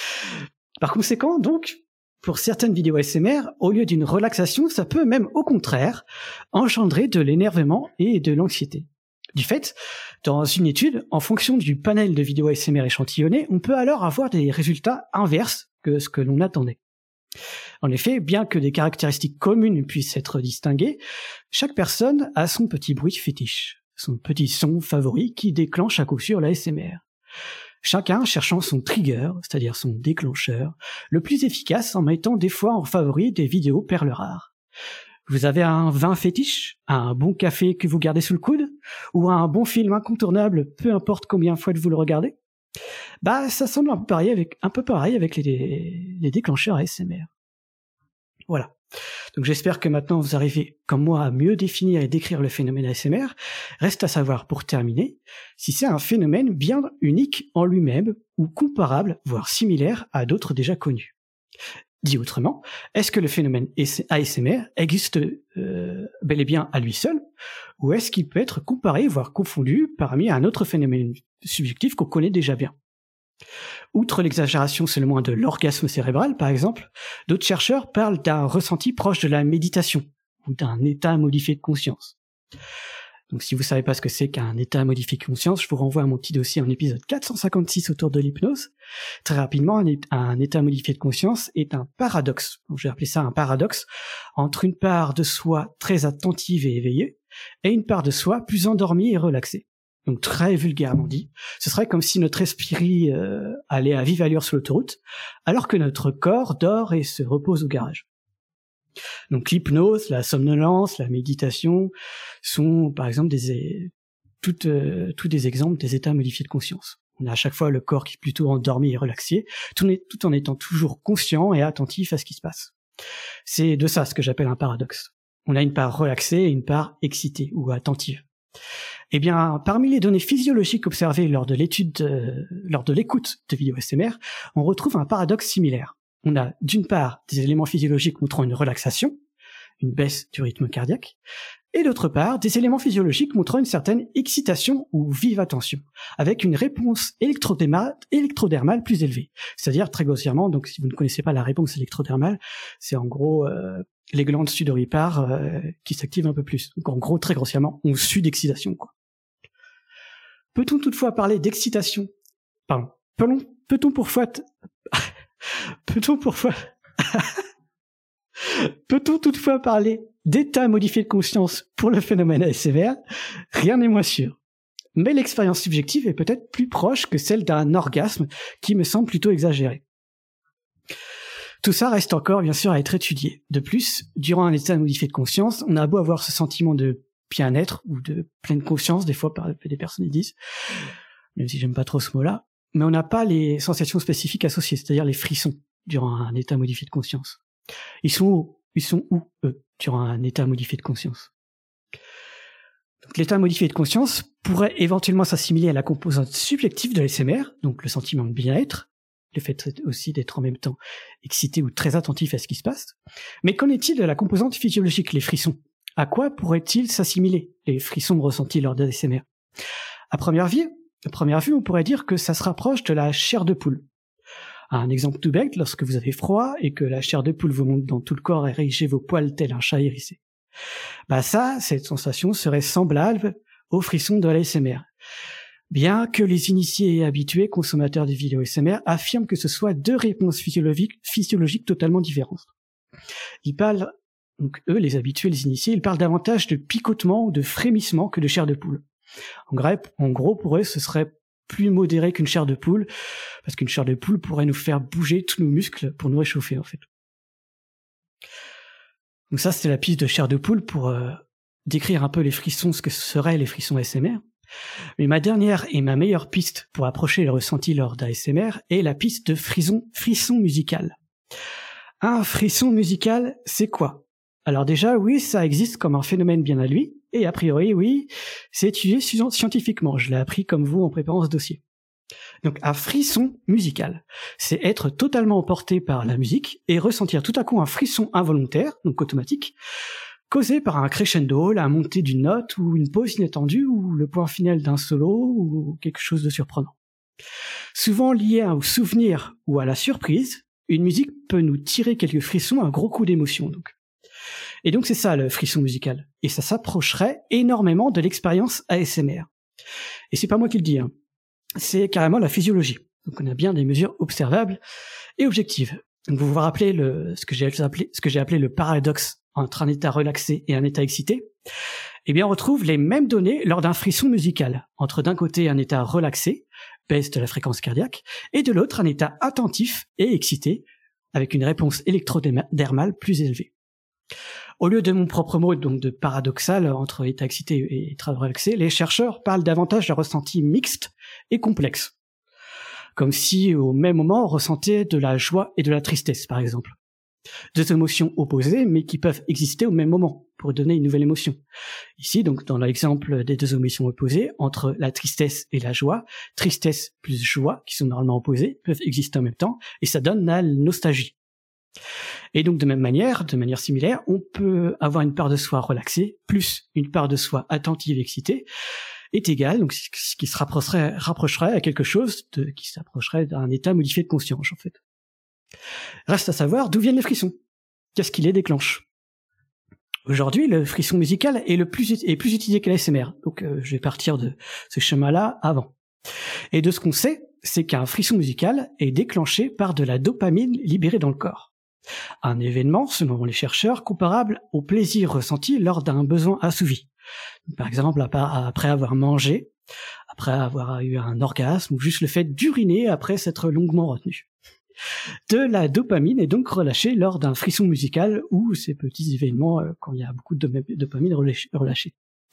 Par conséquent, donc, pour certaines vidéos A S M R, au lieu d'une relaxation, ça peut même au contraire engendrer de l'énervement et de l'anxiété. Du fait, dans une étude, en fonction du panel de vidéos A S M R échantillonnées, on peut alors avoir des résultats inverses que ce que l'on attendait. En effet, bien que des caractéristiques communes puissent être distinguées, chaque personne a son petit bruit fétiche, son petit son favori qui déclenche à coup sûr l'A S M R. Chacun cherchant son trigger, c'est-à-dire son déclencheur, le plus efficace en mettant des fois en favori des vidéos perles rares. Vous avez un vin fétiche, un bon café que vous gardez sous le coude, ou un bon film incontournable, peu importe combien de fois vous le regardez. Bah, ça semble un peu pareil avec, un peu pareil avec les, les déclencheurs A S M R. Voilà. Donc j'espère que maintenant vous arrivez, comme moi, à mieux définir et décrire le phénomène A S M R. Reste à savoir, pour terminer, si c'est un phénomène bien unique en lui-même, ou comparable, voire similaire à d'autres déjà connus. Dit autrement, est-ce que le phénomène A S M R existe euh, bel et bien à lui seul, ou est-ce qu'il peut être comparé, voire confondu, parmi un autre phénomène subjectif qu'on connaît déjà bien? Outre l'exagération seulement de l'orgasme cérébral, par exemple, d'autres chercheurs parlent d'un ressenti proche de la méditation, ou d'un état modifié de conscience. Donc si vous savez pas ce que c'est qu'un état modifié de conscience, je vous renvoie à mon petit dossier en épisode quatre cent cinquante-six autour de l'hypnose. Très rapidement, un, é- un état modifié de conscience est un paradoxe, donc je vais appeler ça un paradoxe, entre une part de soi très attentive et éveillée, et une part de soi plus endormie et relaxée. Donc très vulgairement dit, ce serait comme si notre esprit euh, allait à vive allure sur l'autoroute, alors que notre corps dort et se repose au garage. Donc l'hypnose, la somnolence, la méditation sont par exemple des toutes euh, tous des exemples des états modifiés de conscience. On a à chaque fois le corps qui est plutôt endormi et relaxé, tout, tout en étant toujours conscient et attentif à ce qui se passe. C'est de ça ce que j'appelle un paradoxe. On a une part relaxée et une part excitée ou attentive. Eh bien, parmi les données physiologiques observées lors de l'étude, de, lors de l'écoute de vidéos A S M R, on retrouve un paradoxe similaire. On a d'une part des éléments physiologiques montrant une relaxation, une baisse du rythme cardiaque, et d'autre part des éléments physiologiques montrant une certaine excitation ou vive attention, avec une réponse électrodermale, électrodermale plus élevée. C'est-à-dire, très grossièrement, donc si vous ne connaissez pas la réponse électrodermale, c'est en gros euh, les glandes sudoripares euh, qui s'activent un peu plus. Donc en gros, très grossièrement, on sue d'excitation, quoi. Peut-on toutefois parler d'excitation Pardon. Peut-on, peut-on pourquoi... T... peut-on pourquoi... Peut-on toutefois parler d'état modifié de conscience pour le phénomène A S M R? Rien n'est moins sûr. Mais l'expérience subjective est peut-être plus proche que celle d'un orgasme qui me semble plutôt exagéré. Tout ça reste encore, bien sûr, à être étudié. De plus, durant un état modifié de conscience, on a beau avoir ce sentiment de bien-être ou de pleine conscience, des fois par des personnes y disent, même si j'aime pas trop ce mot-là, mais on n'a pas les sensations spécifiques associées, c'est-à-dire les frissons durant un état modifié de conscience. Ils sont où, ils sont où eux, durant un état modifié de conscience? Donc, l'état modifié de conscience pourrait éventuellement s'assimiler à la composante subjective de l'A S M R, donc le sentiment de bien-être, le fait aussi d'être en même temps excité ou très attentif à ce qui se passe. Mais qu'en est-il de la composante physiologique, les frissons? À quoi pourraient-ils s'assimiler, les frissons ressentis lors de l'A S M R? À première vue, à première vue, on pourrait dire que ça se rapproche de la chair de poule. Un exemple tout bête, lorsque vous avez froid et que la chair de poule vous monte dans tout le corps et érigez vos poils tel un chat hérissé. Bah ça, cette sensation serait semblable aux frissons de l'A S M R. Bien que les initiés et habitués consommateurs de vidéos A S M R affirment que ce soit deux réponses physiologiques, physiologiques totalement différentes. Ils parlent, donc eux, les habitués, les initiés, ils parlent davantage de picotement ou de frémissement que de chair de poule. En gros, en gros, pour eux, ce serait plus modéré qu'une chair de poule, parce qu'une chair de poule pourrait nous faire bouger tous nos muscles pour nous réchauffer, en fait. Donc ça, c'était la piste de chair de poule pour euh, décrire un peu les frissons, ce que seraient les frissons A S M R. Mais ma dernière et ma meilleure piste pour approcher le ressenti lors d'A S M R est la piste de frisson, frisson musical. Un frisson musical, c'est quoi? Alors déjà, oui, ça existe comme un phénomène bien à lui, et a priori, oui, c'est étudié scientifiquement. Je l'ai appris comme vous en préparant ce dossier. Donc un frisson musical, c'est être totalement emporté par la musique et ressentir tout à coup un frisson involontaire, donc automatique, causé par un crescendo, la montée d'une note ou une pause inattendue ou le point final d'un solo ou quelque chose de surprenant. Souvent lié au souvenir ou à la surprise, une musique peut nous tirer quelques frissons, un gros coup d'émotion donc. Et donc c'est ça le frisson musical. Et ça s'approcherait énormément de l'expérience A S M R. Et c'est pas moi qui le dis, hein. C'est carrément la physiologie. Donc on a bien des mesures observables et objectives. Donc vous vous rappelez le, ce que j'ai appelé, ce que j'ai appelé le paradoxe entre un état relaxé et un état excité. Eh bien on retrouve les mêmes données lors d'un frisson musical, entre d'un côté un état relaxé, baisse de la fréquence cardiaque, et de l'autre un état attentif et excité, avec une réponse électrodermale plus élevée. Au lieu de mon propre mot, donc de paradoxal entre état excité et état relaxé, les chercheurs parlent davantage d'un ressenti mixte et complexe. Comme si, au même moment, on ressentait de la joie et de la tristesse, par exemple. Deux émotions opposées, mais qui peuvent exister au même moment, pour donner une nouvelle émotion. Ici, donc, dans l'exemple des deux émotions opposées, entre la tristesse et la joie, tristesse plus joie, qui sont normalement opposées, peuvent exister en même temps, et ça donne la nostalgie. Et donc de même manière, de manière similaire, on peut avoir une part de soi relaxée plus une part de soi attentive et excitée est égal, donc ce qui se rapprocherait, rapprocherait à quelque chose de, qui s'approcherait d'un état modifié de conscience en fait. Reste à savoir d'où viennent les frissons. Qu'est-ce qui les déclenche? Aujourd'hui, le frisson musical est le plus est plus utilisé que l'A S M R, donc euh, je vais partir de ce schéma-là avant. Et de ce qu'on sait, c'est qu'un frisson musical est déclenché par de la dopamine libérée dans le corps. Un événement, selon les chercheurs, comparable au plaisir ressenti lors d'un besoin assouvi. Par exemple, après avoir mangé, après avoir eu un orgasme, ou juste le fait d'uriner après s'être longuement retenu. De la dopamine est donc relâchée lors d'un frisson musical ou ces petits événements quand il y a beaucoup de dopamine relâchée.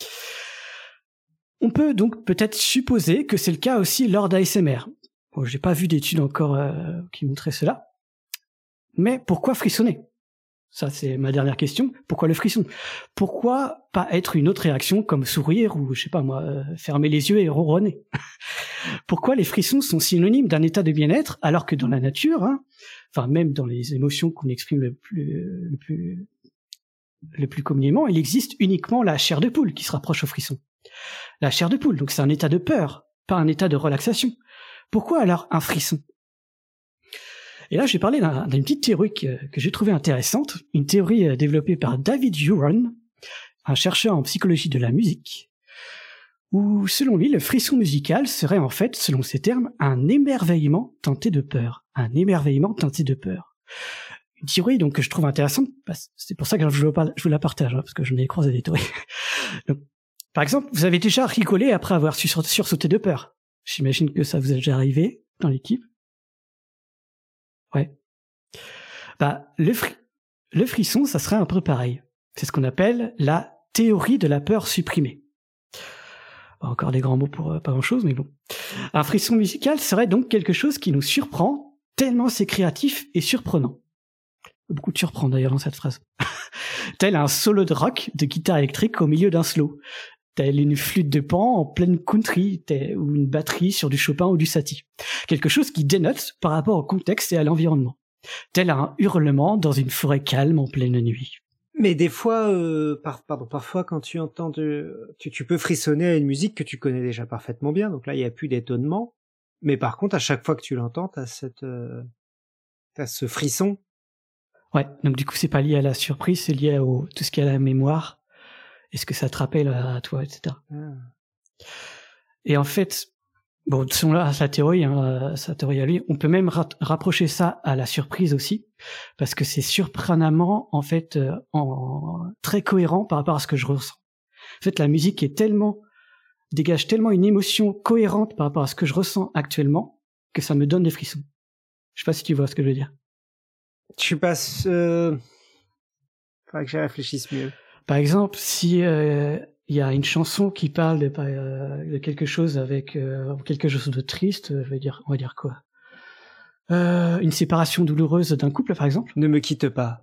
On peut donc peut-être supposer que c'est le cas aussi lors d'A S M R. Bon, j'ai pas vu d'études encore euh, qui montraient cela. Mais pourquoi frissonner? Ça, c'est ma dernière question. Pourquoi le frisson? Pourquoi pas être une autre réaction comme sourire ou, je sais pas moi, euh, fermer les yeux et ronronner? Pourquoi les frissons sont synonymes d'un état de bien-être alors que dans la nature, hein, enfin même dans les émotions qu'on exprime le plus, le plus, le plus communément, il existe uniquement la chair de poule qui se rapproche au frisson. La chair de poule, donc c'est un état de peur, pas un état de relaxation. Pourquoi alors un frisson? Et là, je vais parler d'un, d'une petite théorie que, que j'ai trouvée intéressante, une théorie développée par David Huron, un chercheur en psychologie de la musique, où, selon lui, le frisson musical serait en fait, selon ses termes, un émerveillement teinté de peur. Un émerveillement teinté de peur. Une théorie donc que je trouve intéressante, c'est pour ça que je vous, parle, je vous la partage, hein, parce que j'en ai croisé des théories. Donc, par exemple, vous avez déjà rigolé après avoir sursauté de peur. J'imagine que ça vous est déjà arrivé dans l'équipe. Ouais. Bah, le, fri- le frisson, ça serait un peu pareil. C'est ce qu'on appelle la théorie de la peur supprimée. Encore des grands mots pour euh, pas grand-chose, mais bon. Un frisson musical serait donc quelque chose qui nous surprend tellement c'est créatif et surprenant. Beaucoup de surprend d'ailleurs dans cette phrase. Tel un solo de rock de guitare électrique au milieu d'un slow. Tel une flûte de pan en pleine country, tel, ou une batterie sur du Chopin ou du Satie. Quelque chose qui dénote par rapport au contexte et à l'environnement. Tel un hurlement dans une forêt calme en pleine nuit. Mais des fois, euh, par, pardon, parfois quand tu entends de, tu, tu peux frissonner à une musique que tu connais déjà parfaitement bien, donc là il n'y a plus d'étonnement. Mais par contre, à chaque fois que tu l'entends, t'as cette, euh, t'as ce frisson. Ouais, donc du coup c'est pas lié à la surprise, c'est lié à au, tout ce qui est à la mémoire. Est-ce que ça te rappelle à toi, et cetera. Ah. Et en fait, bon, selon la, la théorie, hein, sa théorie à lui, on peut même ra- rapprocher ça à la surprise aussi, parce que c'est surprenamment, en fait, euh, en, très cohérent par rapport à ce que je ressens. En fait, la musique est tellement, dégage tellement une émotion cohérente par rapport à ce que je ressens actuellement, que ça me donne des frissons. Je sais pas si tu vois ce que je veux dire. Tu passes, euh... faudrait que j'y réfléchisse mieux. Par exemple, si euh, il y a une chanson qui parle de, euh, de quelque chose avec euh, quelque chose de triste, je vais dire, on va dire quoi euh, une séparation douloureuse d'un couple, par exemple. Ne me quitte pas.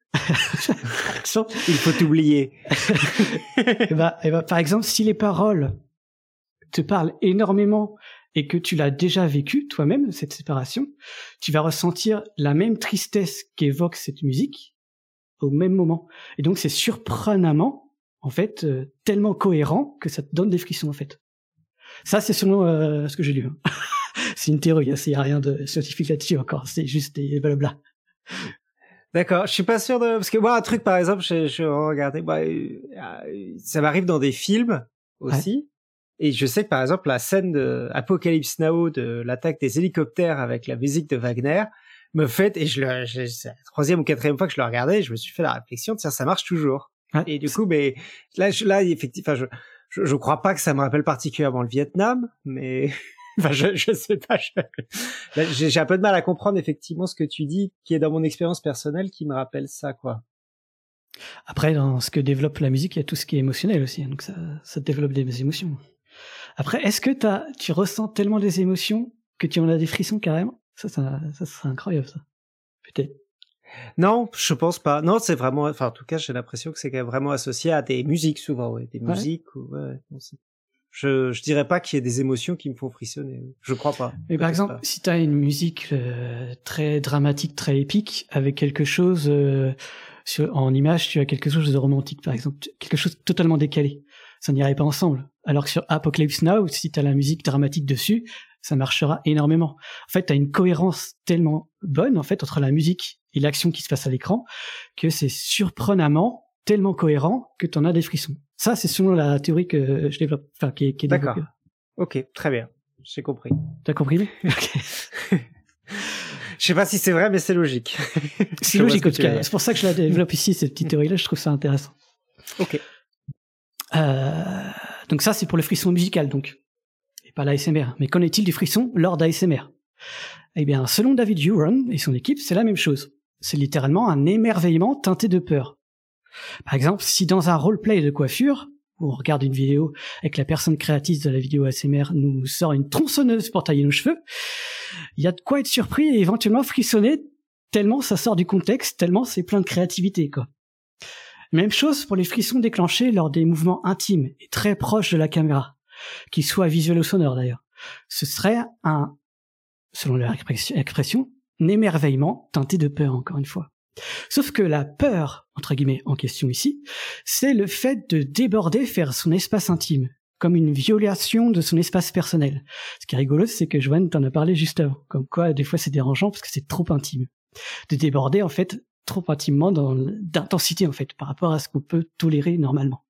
Il faut t'oublier. et bah, et bah, par exemple, si les paroles te parlent énormément et que tu l'as déjà vécu toi-même, cette séparation, tu vas ressentir la même tristesse qu'évoque cette musique au même moment. Et donc, c'est surprenamment, en fait, euh, tellement cohérent que ça te donne des frissons, en fait. Ça, c'est selon euh, ce que j'ai lu. Hein. C'est une théorie, il n'y a rien de scientifique là-dessus encore, c'est juste des blabla. D'accord, je suis pas sûr de... Parce que moi, un truc, par exemple, je, je regardais... Bah, euh, ça m'arrive dans des films aussi. Ouais. Et je sais que, par exemple, la scène de Apocalypse Now, de l'attaque des hélicoptères avec la musique de Wagner, me fait... Et je le, je, c'est la troisième ou quatrième fois que je le regardais, je me suis fait la réflexion de ça, ça marche toujours. Ouais. Et du coup, mais là, je, là effectivement, je, je, je crois pas que ça me rappelle particulièrement le Vietnam, mais... Enfin, je, je sais pas. Je... Là, j'ai, j'ai un peu de mal à comprendre effectivement ce que tu dis, qui est dans mon expérience personnelle, qui me rappelle ça, quoi. Après, dans ce que développe la musique, il y a tout ce qui est émotionnel aussi, donc ça, ça développe des émotions. Après, est-ce que t'as, tu ressens tellement des émotions que tu en as des frissons carrément ? Ça, ça, ça serait incroyable, ça. Peut-être. Non, je pense pas. Non, c'est vraiment. Enfin, en tout cas, j'ai l'impression que c'est vraiment associé à des musiques souvent, ouais, des ouais. musiques. Ou, ouais, non, c'est... Je, je dirais pas qu'il y ait des émotions qui me font frissonner. Je crois pas. Mais par exemple, pas. Si t'as une musique euh, très dramatique, très épique, avec quelque chose euh, sur, en image, tu as quelque chose de romantique, par exemple, quelque chose de totalement décalé. Ça n'irait pas ensemble. Alors que sur Apocalypse Now, si t'as la musique dramatique dessus, ça marchera énormément. En fait, t'as une cohérence tellement bonne, en fait, entre la musique et l'action qui se passe à l'écran, que c'est surprenamment tellement cohérent que t'en as des frissons. Ça, c'est selon la théorie que je développe, enfin, qui est, qui est D'accord. développée. Ok, très bien. J'ai compris. T'as compris? Ok. Je sais pas si c'est vrai, mais c'est logique. C'est logique, en tout cas. C'est pour ça que je la développe ici, cette petite théorie-là. Je trouve ça intéressant. Ok. Euh, donc ça, c'est pour le frisson musical, donc. Et pas l'A S M R. Mais qu'en est-il du frisson lors d'A S M R? Eh bien, selon David Huron et son équipe, c'est la même chose. C'est littéralement un émerveillement teinté de peur. Par exemple, si dans un roleplay de coiffure, où on regarde une vidéo et que la personne créatrice de la vidéo A S M R nous sort une tronçonneuse pour tailler nos cheveux, il y a de quoi être surpris et éventuellement frissonner tellement ça sort du contexte, tellement c'est plein de créativité, quoi. Même chose pour les frissons déclenchés lors des mouvements intimes et très proches de la caméra, qu'ils soient visuels ou sonores d'ailleurs. Ce serait un, selon leur expression, un émerveillement teinté de peur, encore une fois. Sauf que la peur, entre guillemets, en question ici, c'est le fait de déborder vers son espace intime, comme une violation de son espace personnel. Ce qui est rigolo, c'est que Joanne t'en a parlé juste avant, comme quoi des fois c'est dérangeant parce que c'est trop intime. De déborder, en fait, trop intimement dans, d'intensité, en fait, par rapport à ce qu'on peut tolérer normalement.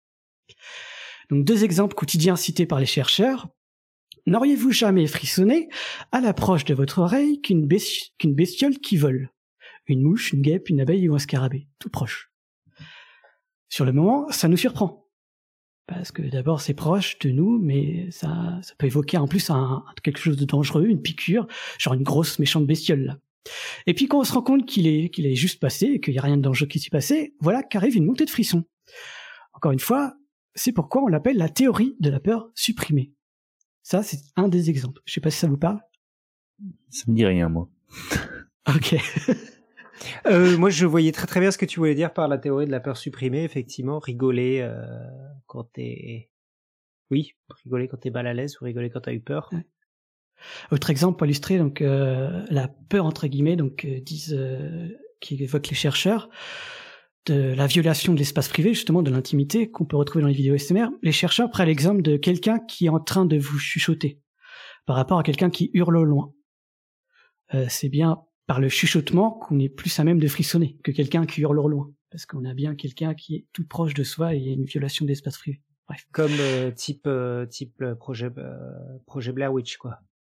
Donc deux exemples quotidiens cités par les chercheurs. N'auriez-vous jamais frissonné à l'approche de votre oreille qu'une, besti- qu'une bestiole qui vole ? Une mouche, une guêpe, une abeille ou un scarabée, tout proche. Sur le moment, ça nous surprend. Parce que d'abord, c'est proche de nous, mais ça, ça peut évoquer en plus un, quelque chose de dangereux, une piqûre, genre une grosse méchante bestiole, là. Et puis quand on se rend compte qu'il est, qu'il est juste passé, et qu'il n'y a rien de dangereux qui s'est passé, voilà qu'arrive une montée de frissons. Encore une fois, c'est pourquoi on l'appelle la théorie de la peur supprimée. Ça, c'est un des exemples. Je sais pas si ça vous parle. Ça me dit rien, moi. Ok. Euh, moi, je voyais très très bien ce que tu voulais dire par la théorie de la peur supprimée. Effectivement, rigoler euh, quand t'es, oui, rigoler quand t'es mal à l'aise ou rigoler quand t'as eu peur. Ouais. Autre exemple pour illustrer donc euh, la peur entre guillemets, donc euh, disent, euh, qui évoquent les chercheurs, de la violation de l'espace privé, justement de l'intimité qu'on peut retrouver dans les vidéos A S M R. Les chercheurs prennent l'exemple de quelqu'un qui est en train de vous chuchoter, par rapport à quelqu'un qui hurle au loin. Euh, c'est bien par le chuchotement qu'on est plus à même de frissonner que quelqu'un qui hurle au loin, parce qu'on a bien quelqu'un qui est tout proche de soi et il y a une violation de l'espace privé. Bref. Comme euh, type euh, type euh, projet euh, projet Blair Witch, quoi.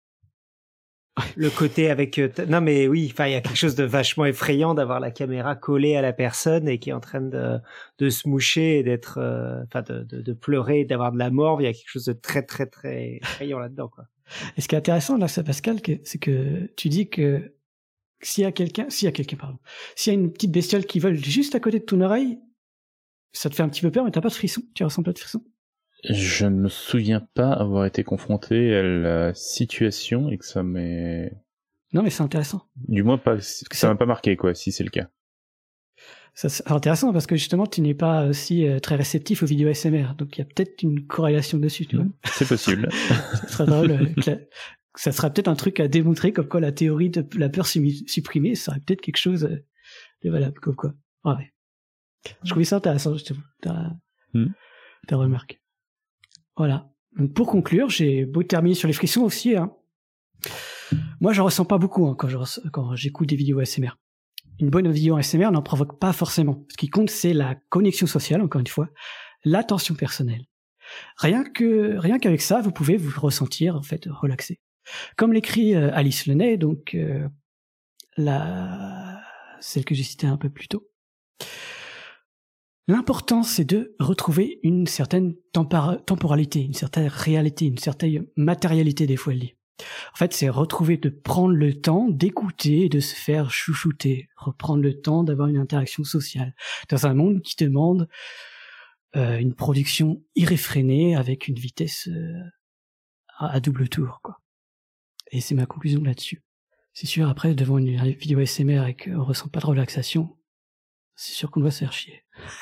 Le côté avec euh, t- non mais oui, enfin il y a quelque chose de vachement effrayant d'avoir la caméra collée à la personne et qui est en train de de se moucher et d'être enfin euh, de, de de pleurer, d'avoir de la morve. Il y a quelque chose de très très très effrayant là-dedans, quoi. Et ce qui est intéressant là, c'est Pascal, c'est que tu dis que s'il y a quelqu'un, s'il y a quelqu'un, pardon, s'il y a une petite bestiole qui vole juste à côté de ton oreille, ça te fait un petit peu peur, mais t'as pas de frisson, tu ressens pas de frisson. Je ne me souviens pas avoir été confronté à la situation et que ça m'est... Non, mais c'est intéressant. Du moins, pas, que ça, ça m'a pas marqué, quoi, si c'est le cas. Ça, c'est intéressant parce que justement, tu n'es pas aussi euh, très réceptif aux vidéos A S M R. Donc, il y a peut-être une corrélation dessus, tu vois. C'est possible. Ça serait drôle. euh, que la- Ça serait peut-être un truc à démontrer, comme quoi la théorie de la peur sumi- supprimée serait peut-être quelque chose euh, de valable, comme quoi. Ah ouais. Je trouvais ça intéressant, justement, ta, Mm. ta remarque. Voilà. Donc, pour conclure, j'ai beau terminer sur les frissons aussi, hein. Moi, j'en ressens pas beaucoup hein, quand, je res- quand j'écoute des vidéos A S M R. Une bonne vidéo A S M R n'en provoque pas forcément. Ce qui compte, c'est la connexion sociale, encore une fois, l'attention personnelle. Rien que, rien qu'avec ça, vous pouvez vous ressentir, en fait, relaxé. Comme l'écrit euh, Alice Lenay, donc, euh, la, celle que j'ai citée un peu plus tôt. L'important, c'est de retrouver une certaine tempora- temporalité, une certaine réalité, une certaine matérialité, des fois, elle dit. En fait, c'est retrouver, de prendre le temps d'écouter et de se faire chouchouter, reprendre le temps d'avoir une interaction sociale dans un monde qui demande euh, une production irréfrénée avec une vitesse euh, à, à double tour, quoi. Et c'est ma conclusion là-dessus. C'est sûr, après, devant une vidéo A S M R et qu'on ressent pas de relaxation, c'est sûr qu'on doit se faire chier.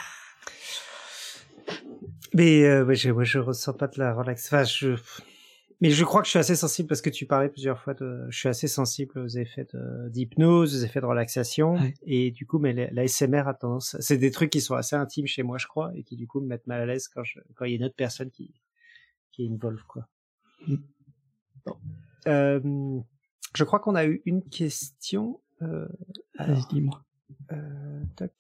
Mais euh, ouais, je, ouais, je ressens pas de la relax. Enfin, je... Mais je crois que je suis assez sensible parce que tu parlais plusieurs fois de... Je suis assez sensible aux effets de... d'hypnose, aux effets de relaxation. Ouais. Et du coup, mais l'A S M R a tendance... C'est des trucs qui sont assez intimes chez moi, je crois, et qui du coup me mettent mal à l'aise quand je... quand il y a une autre personne qui, qui involve, quoi. Mm. Bon. Euh... Je crois qu'on a eu une question. Euh... Vas-y, Alors... dis-moi. Euh... Toc.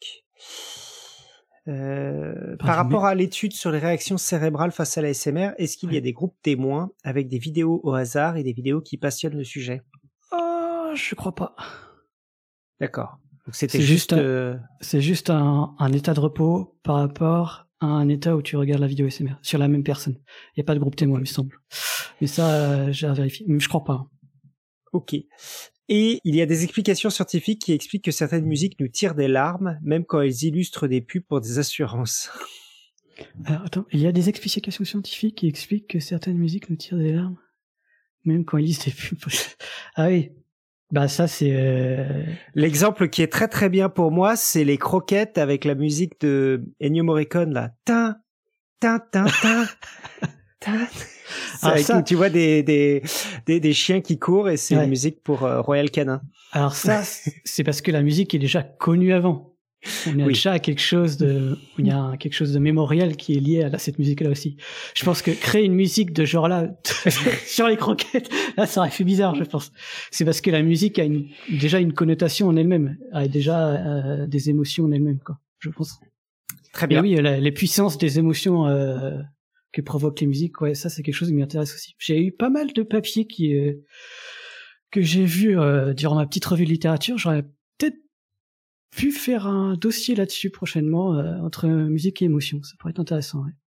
Euh, Pas par jamais. rapport à l'étude sur les réactions cérébrales face à l'A S M R, est-ce qu'il y a Ouais. des groupes témoins avec des vidéos au hasard et des vidéos qui passionnent le sujet? Oh, je crois pas. D'accord. Donc c'était C'est juste... juste un- euh, C'est juste un, un état de repos par rapport à un état où tu regardes la vidéo A S M R sur la même personne. Il n'y a pas de groupe témoin, il me semble. Mais ça, euh, j'ai à vérifier. Mais je crois pas. Ok. Et il y a des explications scientifiques qui expliquent que certaines musiques nous tirent des larmes, même quand elles illustrent des pubs pour des assurances. Alors, attends, il y a des explications scientifiques qui expliquent que certaines musiques nous tirent des larmes, même quand ils lisent des pubs. Ah oui. Bah ça, c'est... Euh... L'exemple qui est très très bien pour moi, c'est les croquettes avec la musique de Ennio Morricone, là. Tin, tin, tin, tin, tin. C'est Alors avec, ça- tu vois des, des, des, des chiens qui courent et c'est Ouais. une musique pour euh, Royal Canin. Alors ça, c'est parce que la musique est déjà connue avant. On a Oui. déjà quelque chose de, il y a un- quelque chose de mémoriel qui est lié à la- cette musique-là aussi. Je pense que créer une musique de genre là sur les croquettes, là, ça aurait fait bizarre, je pense. C'est parce que la musique a une, déjà une connotation en elle-même, a déjà euh, des émotions en elle-même, quoi. Je pense. Très Mais bien. oui, la- les puissances des émotions euh, que provoquent les musiques, ouais, ça c'est quelque chose qui m'intéresse aussi. J'ai eu pas mal de papiers qui euh, que j'ai vus euh, durant ma petite revue de littérature. J'aurais peut-être pu faire un dossier là-dessus prochainement euh, entre musique et émotion. Ça pourrait être intéressant. Ouais.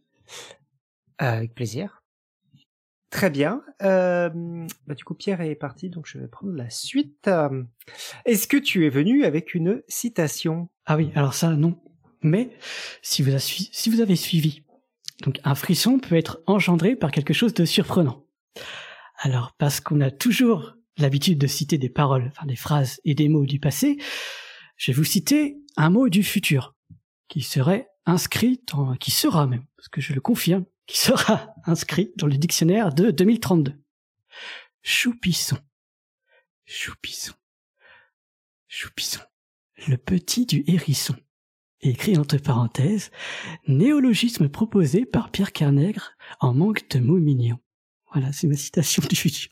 Avec plaisir. Très bien. Euh, bah, du coup, Pierre est parti, donc je vais prendre la suite. Euh, Est-ce que tu es venu avec une citation? Ah oui, alors ça non. Mais si vous, a sui- si vous avez suivi, donc un frisson peut être engendré par quelque chose de surprenant. Alors parce qu'on a toujours l'habitude de citer des paroles, enfin des phrases et des mots du passé, je vais vous citer un mot du futur qui serait inscrit, dans, qui sera même, parce que je le confirme, qui sera inscrit dans le dictionnaire de deux mille trente-deux. Choupisson. Choupisson. Choupisson. Le petit du hérisson. Écrit entre parenthèses, néologisme proposé par Pierre Carnègre en manque de mots mignons. Voilà, c'est ma citation du futur.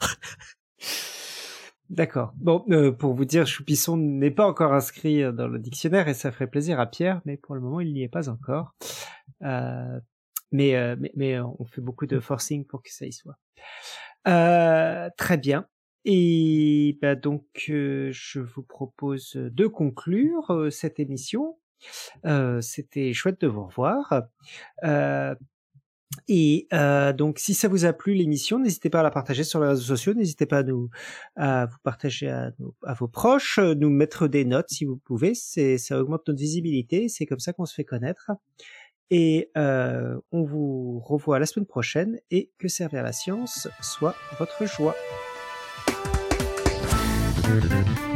D'accord. Bon, euh, pour vous dire, Choupisson n'est pas encore inscrit euh, dans le dictionnaire et ça ferait plaisir à Pierre, mais pour le moment, il n'y est pas encore. Euh, mais, euh, mais, mais euh, on fait beaucoup de forcing pour que ça y soit. Euh, très bien. Et bah, donc, euh, je vous propose de conclure euh, cette émission. Euh, c'était chouette de vous revoir. Euh, Et euh, donc, si ça vous a plu l'émission, n'hésitez pas à la partager sur les réseaux sociaux. N'hésitez pas à nous à vous partager à, nos, à vos proches, nous mettre des notes si vous pouvez. C'est ça augmente notre visibilité. C'est comme ça qu'on se fait connaître. Et euh, on vous revoit la semaine prochaine. Et que servir la science soit votre joie.